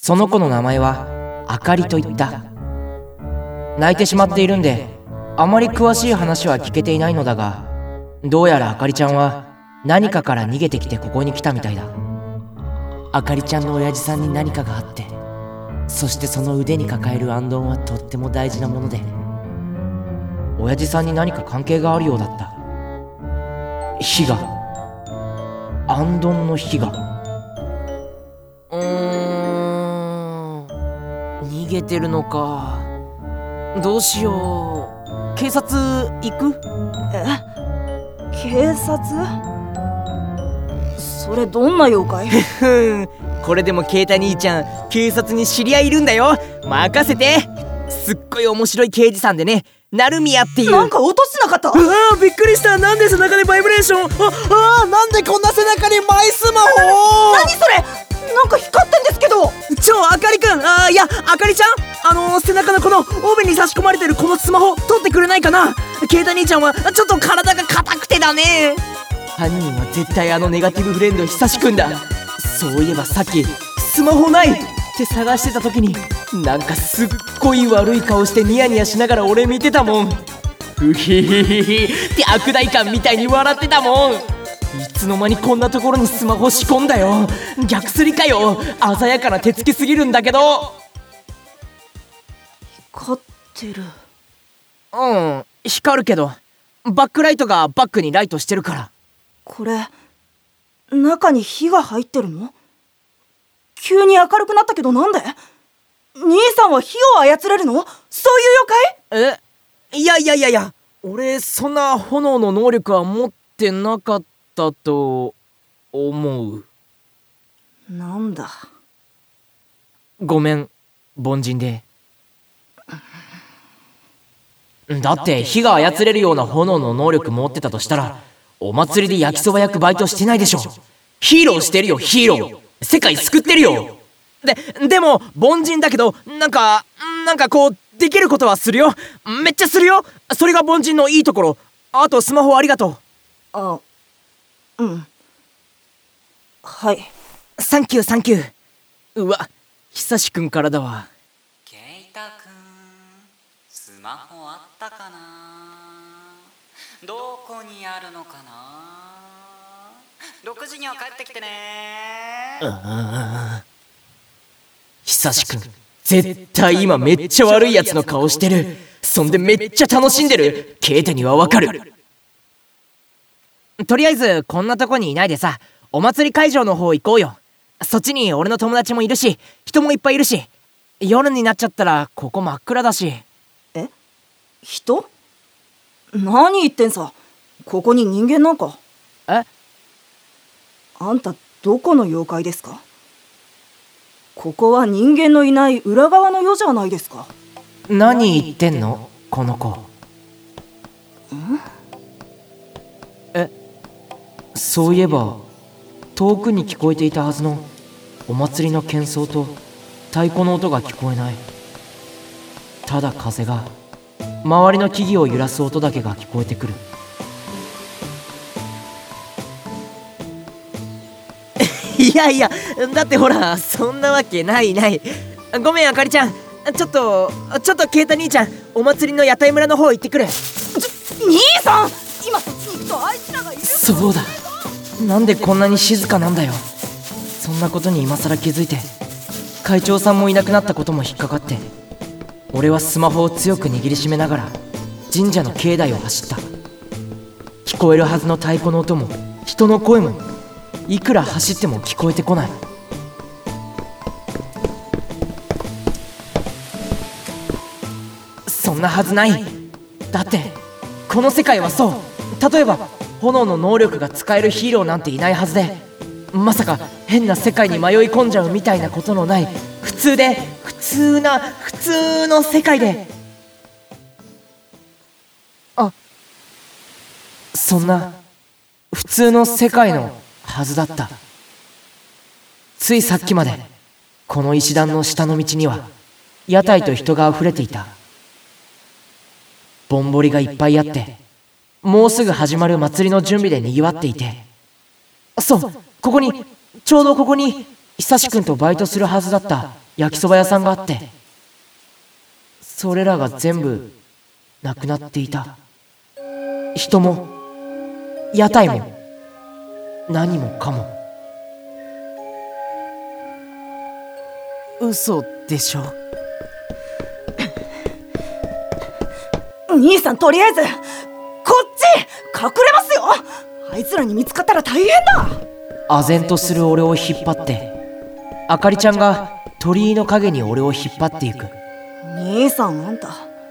その子の名前はあかりと言った。泣いてしまっているんであまり詳しい話は聞けていないのだが、どうやらあかりちゃんは何かから逃げてきてここに来たみたいだ。あかりちゃんの親父さんに何かがあって、そしてその腕に抱える行燈はとっても大事なもので、親父さんに何か関係があるようだった。火が、行燈の火が。逃げてるのか。どうしよう。警察行く？ 警察？それどんな妖怪？ これでもケイタ兄ちゃん、警察に知り合いいるんだよ。任せて。すっごい面白い刑事さんでね、成宮っていう。 なんか落としてなかった？ びっくりした。なんで背中でバイブレーション。なんでこんな背中にマイスマホ？ 何それ？なんか光ってんですけど。 あかりくん、いやあかりちゃん、背中のこの帯に差し込まれてるこのスマホ取ってくれないかな。ケイタ兄ちゃんはちょっと体が硬くてだね。 犯人は絶対あのネガティブフレンド久しくんだ。そういえばさっきスマホないって探してた時に、なんかすっごい悪い顔してニヤニヤしながら俺見てたもん。うひひひひって悪代官みたいに笑ってたもん。いつの間にこんなところにスマホ仕込んだよ。逆すりかよ。鮮やかな手つきすぎるんだけど。 光ってる。 光るけどバックライトがバックにライトしてるから。 これ中に火が入ってるの？急に明るくなったけどなんで？兄さんは火を操れるの？そういう妖怪？いや、俺そんな炎の能力は持ってなかったと思う。 なんだ。 ごめん、凡人で。だって火が操れるような炎の能力持ってたとしたら、お祭りで焼きそば焼くバイトしてないでしょ。ヒーローしてるよ、ヒーロー。世界救ってるよ。でも凡人だけど、なんかこうできることはするよ。めっちゃするよ。それが凡人のいいところ。あとスマホありがとう。 はい。 サンキュー。うわ、久しくんからだわ。 ケイタくん、スマホあったかな？どこにあるのかな？6時には帰ってきてね。 久しくん、絶対今めっちゃ悪いやつの顔してる。そんでめっちゃ楽しんでる。ケイタにはわかる。とりあえずこんなとこにいないでさ、お祭り会場の方行こうよ。そっちに俺の友達もいるし、人もいっぱいいるし、夜になっちゃったらここ真っ暗だし。 人？何言ってんさ。ここに人間なんか。あんたどこの妖怪ですか？ここは人間のいない裏側の世じゃないですか。 何言ってんのこの子。そういえば遠くに聞こえていたはずのお祭りの喧騒と太鼓の音が聞こえない。ただ風が周りの木々を揺らす音だけが聞こえてくる。いや、だってほら、そんなわけない。ごめんあかりちゃん、ちょっとケイタ兄ちゃん、お祭りの屋台村の方行ってくる。 兄さん、今そっちに行くとあいつらがいる。 そうだ、なんでこんなに静かなんだよ。そんなことに今さら気づいて、会長さんもいなくなったことも引っかかって、俺はスマホを強く握りしめながら神社の境内を走った。聞こえるはずの太鼓の音も人の声もいくら走っても聞こえてこない。そんなはずない。だってこの世界はそう、例えば炎の能力が使えるヒーローなんていないはずで、まさか変な世界に迷い込んじゃうみたいなことのない普通の世界で、そんな普通の世界のはずだった。ついさっきまでこの石段の下の道には屋台と人があふれていた。ぼんぼりがいっぱいあって、もうすぐ始まる祭りの準備でにぎわっていて、そう、ちょうどここに久しくんとバイトするはずだった焼きそば屋さんがあって、それらが全部なくなっていた。人も屋台も何もかも。 嘘でしょ。 兄さん、とりあえずこっち隠れますよ。あいつらに見つかったら大変だ。 唖然とする俺を引っ張って、あかりちゃんが鳥居の陰に俺を引っ張っていく。 兄さん、あんた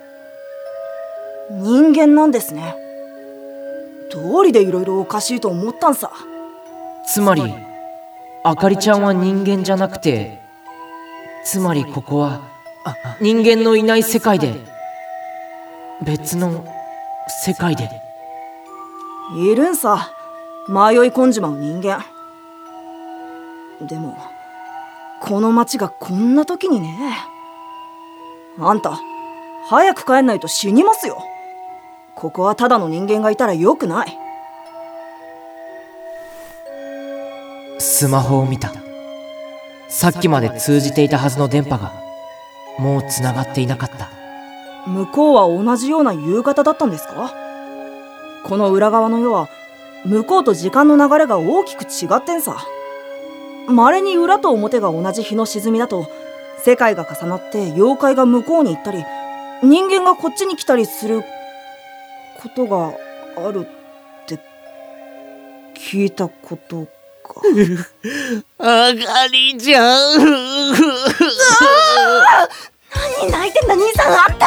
人間なんですね。道理でいろいろおかしいと思ったんさ。 つまりあかりちゃんは人間じゃなくて、つまりここは人間のいない世界で、別の世界で。 いるんさ、迷い込んじまう人間。でもこの町がこんな時にね。あんた早く帰んないと死にますよ。ここはただの人間がいたらよくない。 スマホを見た。さっきまで通じていたはずの電波がもうつながっていなかった。 向こうは同じような夕方だったんですか？この裏側の世は向こうと時間の流れが大きく違ってんさ。稀に裏と表が同じ日の沈みだと、世界が重なって妖怪が向こうに行ったり、人間がこっちに来たりすることがあるって聞いたことか。 あかりちゃん。 何泣いてんだ兄さん、あんた。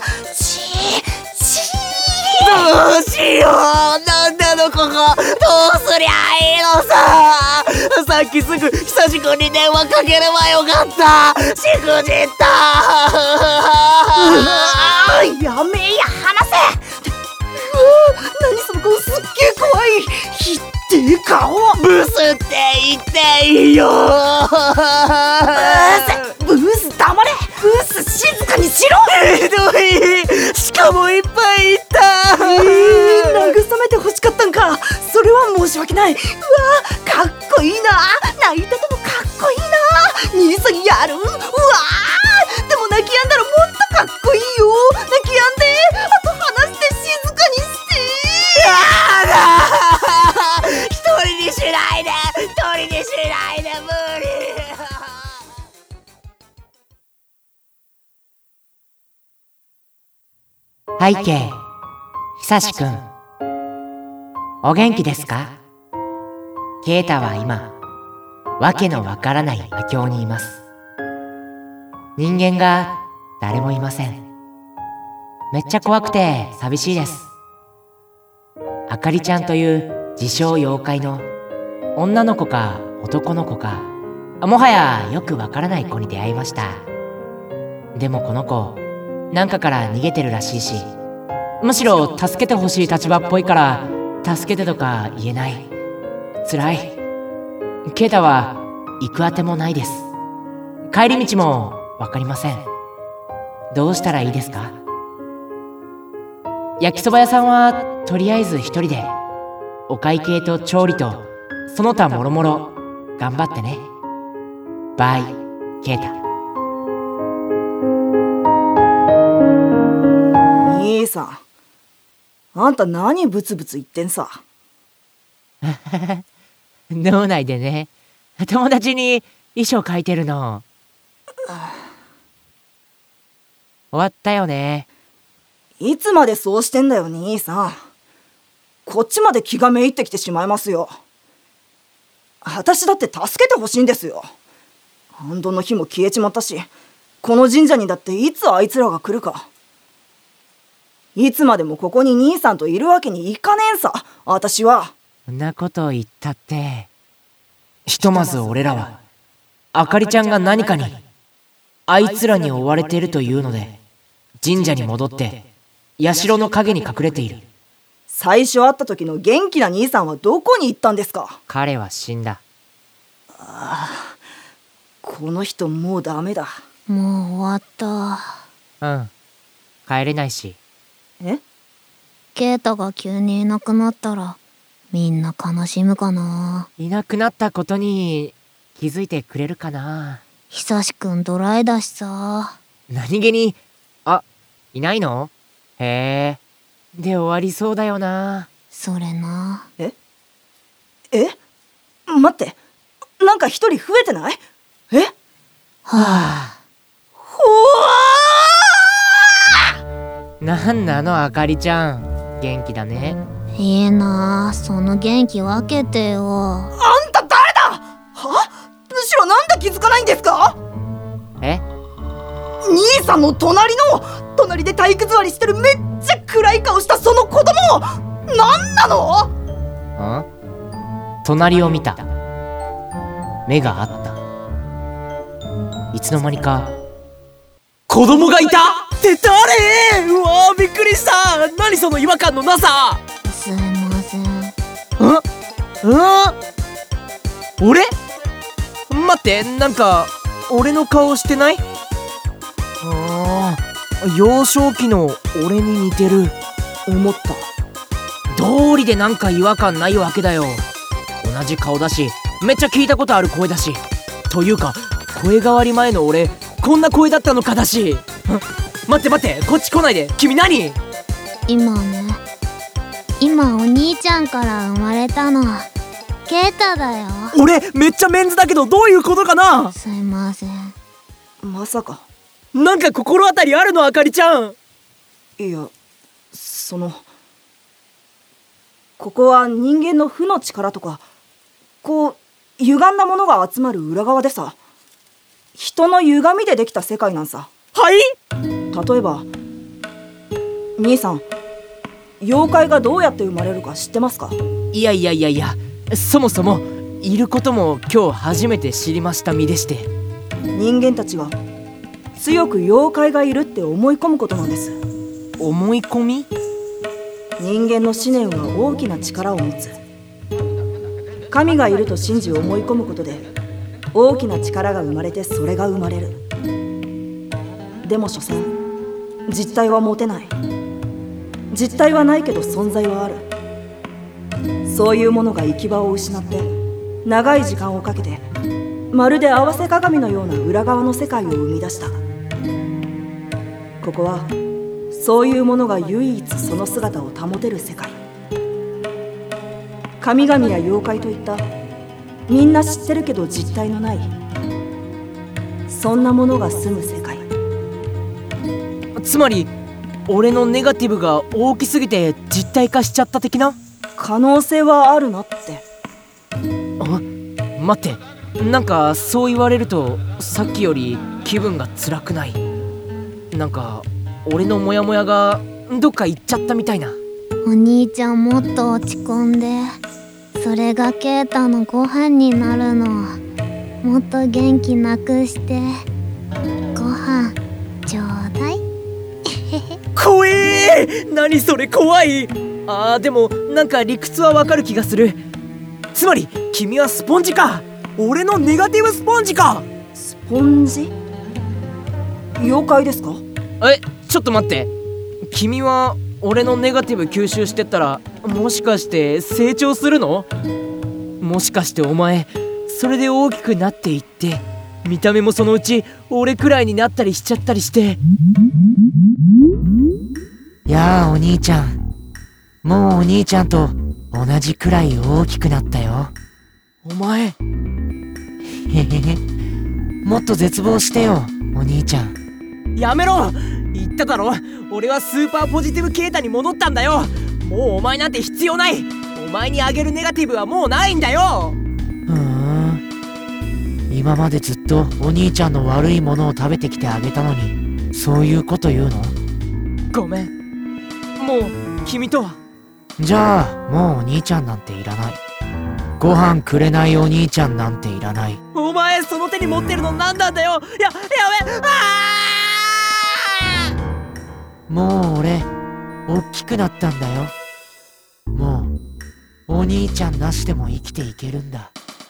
どうしよう。なんなのここ。どうすりゃいいのさ。さっきすぐ久志君に電話かければよかった。しくじった。 やめや、話せ。何その顔、すっげえ怖い。ひってえ顔。 ブスって言っていいよ。 ブス黙れ。ブス静かにしろ。 ひどい。しかもいっぱい言った。 慰めて欲しかったんか。それは申し訳ない。うわ、かっこいいな。泣いててもかっこいいな。兄さんやる。うわ、でも泣き止んだらもっとかっこいいよ。泣き止んで、あと話して静かにして。 やだ。一人にしないで。一人にしないで。無理。 背景、久志くん、お元気ですか？ケイタは今、わけのわからない魔境にいます。人間が誰もいません。めっちゃ怖くて寂しいです。あかりちゃんという自称妖怪の女の子か男の子か、もはやよくわからない子に出会いました。でもこの子、なんかから逃げてるらしいし、むしろ助けてほしい立場っぽいから助けてとか言えない。辛い。ケイタは行くあてもないです。帰り道もわかりません。どうしたらいいですか？焼きそば屋さんはとりあえず一人で、お会計と調理とその他もろもろ頑張ってね。バイ、ケイタ。 兄さん、あんた何ブツブツ言ってんさ。 脳内でね、友達に遺書書いてるの。終わったよね。 いつまでそうしてんだよ兄さん。こっちまで気がめいってきてしまいますよ。私だって助けてほしいんですよ。安堵の日も消えちまったし、この神社にだっていつあいつらが来るか。いつまでもここに兄さんといるわけにいかねえんさ、私は。 そんなこと言ったって、ひとまず俺らはあかりちゃんが何かに、あいつらに追われているというので、神社に戻って社の陰に隠れている。 最初会った時の元気な兄さんはどこに行ったんですか？ 彼は死んだ。 この人もうダメだ。 もう終わった。 うん、帰れないし。 え？ ケイタが急にいなくなったらみんな悲しむかな。 いなくなったことに気づいてくれるかな。 久しくんドライだしさ。 何気に、あ、いないの？へえ。で終わりそうだよな。 それな。 え？待って、なんか一人増えてない？え？ はあ。 ほわなんなのあかりちゃん、元気だね。 いいなあ、その元気分けてよ。 あんた誰だ？は？むしろなんで気づかないんですか？ え？ 兄さんの隣で体育座りしてるめっちゃ暗い顔したその子供、なんなの？ 隣を見た。目があった。いつの間にか子供がいたって誰？うわー、びっくりした。何その違和感のなさ。 すいません。 俺？待って、なんか俺の顔してない？幼少期の俺に似てる。 思った。 道理でなんか違和感ないわけだよ。同じ顔だし、めっちゃ聞いたことある声だし、というか声変わり前の俺こんな声だったのかだし。待ってこっち来ないで。君何？ 今お兄ちゃんから生まれたのケータだよ。 俺めっちゃメンズだけど、どういうことかな？ すいません。 まさか。 なんか心当たりあるのあかりちゃん？ いや、ここは人間の負の力とかこう歪んだものが集まる裏側でさ、人の歪みでできた世界なんさ。 はい？ 例えば兄さん、妖怪がどうやって生まれるか知ってますか？ いや、そもそもいることも今日初めて知りました身でして。 人間たちが強く妖怪がいるって思い込むことなんです。 思い込み？ 人間の思念は大きな力を持つ。神がいると信じ思い込むことで大きな力が生まれて、それが生まれる。でも所詮実体は持てない。実体はないけど存在はある。そういうものが行き場を失って長い時間をかけて、まるで合わせ鏡のような裏側の世界を生み出した。ここはそういうものが唯一その姿を保てる世界。神々や妖怪といったみんな知ってるけど実体のない、そんなものが住む世界。 つまり俺のネガティブが大きすぎて実体化しちゃった的な？ 可能性はあるなって。 待って、なんかそう言われるとさっきより気分が辛くない？なんか俺のモヤモヤがどっか行っちゃったみたいな。 お兄ちゃんもっと落ち込んで、それがケータのご飯になるの。もっと元気なくしてご飯ちょうだい。 怖えー。何それ、怖い。でもなんか理屈はわかる気がする。つまり君はスポンジか。俺のネガティブスポンジか。 スポンジ？妖怪ですか？ ちょっと待って。君は俺のネガティブ吸収してったら、もしかして成長するの？もしかしてお前それで大きくなっていって、見た目もそのうち俺くらいになったりしちゃったりして。 やあお兄ちゃん、もうお兄ちゃんと同じくらい大きくなったよ。 お前へへへ、もっと絶望してよお兄ちゃん。 やめろ。言っただろ、俺はスーパーポジティブケータに戻ったんだよ。もうお前なんて必要ない。お前にあげるネガティブはもうないんだよ。 今までずっとお兄ちゃんの悪いものを食べてきてあげたのに、そういうこと言うの？ ごめん。もう君とは。 じゃあもうお兄ちゃんなんていらない。ご飯くれないお兄ちゃんなんていらない。 お前その手に持ってるの何なんだよ。やめ。 もう俺おっきくなったんだよ。もうお兄ちゃんなしでも生きていけるんだ。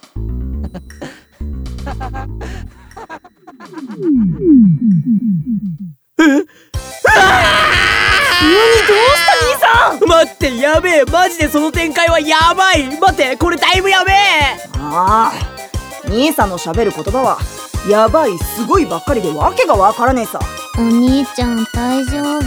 どうした兄さん？ 待って、やべえ。マジでその展開はやばい。待って、これだいぶやべえ。 兄さんの喋る言葉はやばいすごいばっかりでわけがわからねえさ。 お兄ちゃん大丈夫？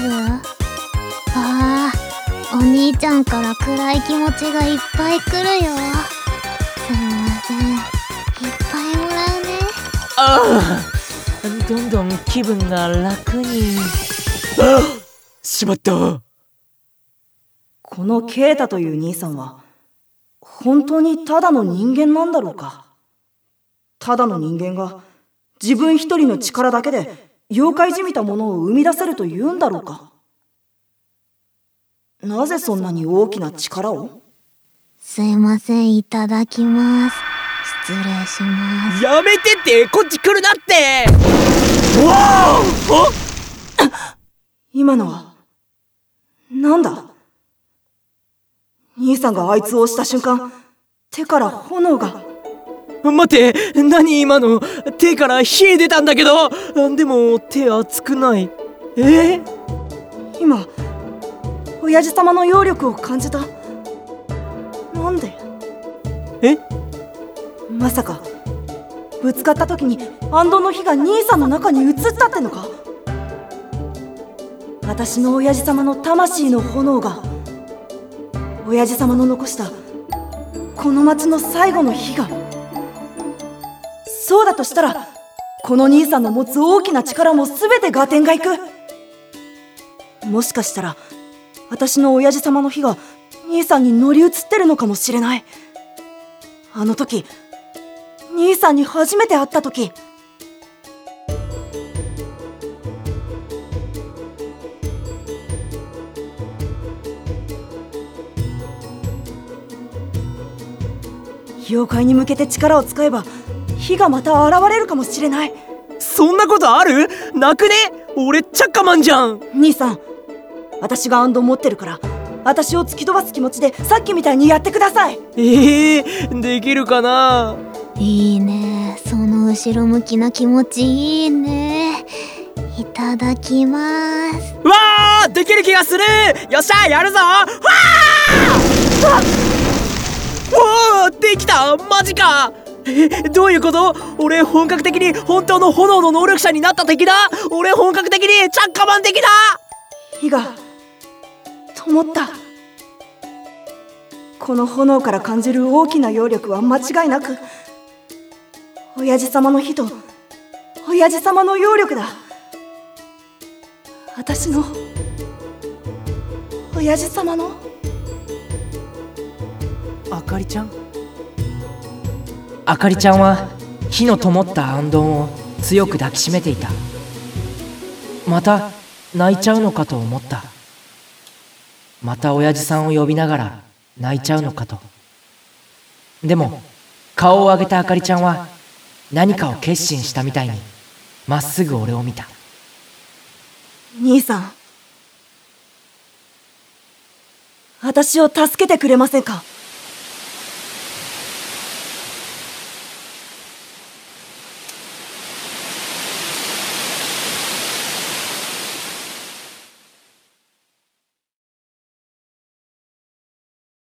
お兄ちゃんから暗い気持ちがいっぱい来るよ。すいません、いっぱいもらうね。 ああ、どんどん気分が楽に。しまった。 このケイタという兄さんは本当にただの人間なんだろうか。ただの人間が自分一人の力だけで妖怪じみたものを生み出せると言うんだろうか。なぜそんなに大きな力を？ すいません、いただきます。失礼します。 やめてって、こっち来るなって。わあ！ 今のはなんだ？兄さんがあいつを押した瞬間、手から炎が。 待って、何今の？手から火出たんだけど。でも手熱くない。 今親父様の妖力を感じた。なんで？まさかぶつかった時にアンドの火が兄さんの中に移ったってのか？私の親父様の魂の炎が親父様の残したこの町の最後の火が。そうだとしたらこの兄さんの持つ大きな力も全て合点がいく。もしかしたら私の親父様の火が兄さんに乗り移ってるのかもしれない。あの時兄さんに初めて会った時。妖怪に向けて力を使えば火がまた現れるかもしれない。 そんなことある？なくね？俺チャッカマンじゃん。 兄さん、私がアンド持ってるから私を突き飛ばす気持ちでさっきみたいにやってください。 できるかな？ いいね、その後ろ向きな気持ちいいね。いただきます。 わー、できる気がする。よっしゃ、やるぞ。わー、できた。マジか。どういうこと？俺本格的に本当の炎の能力者になった的だ。俺本格的にチャッカマン的だ。 火が灯った。この炎から感じる大きな妖力は間違いなく親父様の火と親父様の妖力だ。私の親父様の。 あかりちゃん？ あかりちゃんは火の灯ったあんどんを強く抱きしめていた。また泣いちゃうのかと思った。また親父さんを呼びながら泣いちゃうのかと。でも顔を上げたあかりちゃんは何かを決心したみたいにまっすぐ俺を見た。 兄さん、私を助けてくれませんか？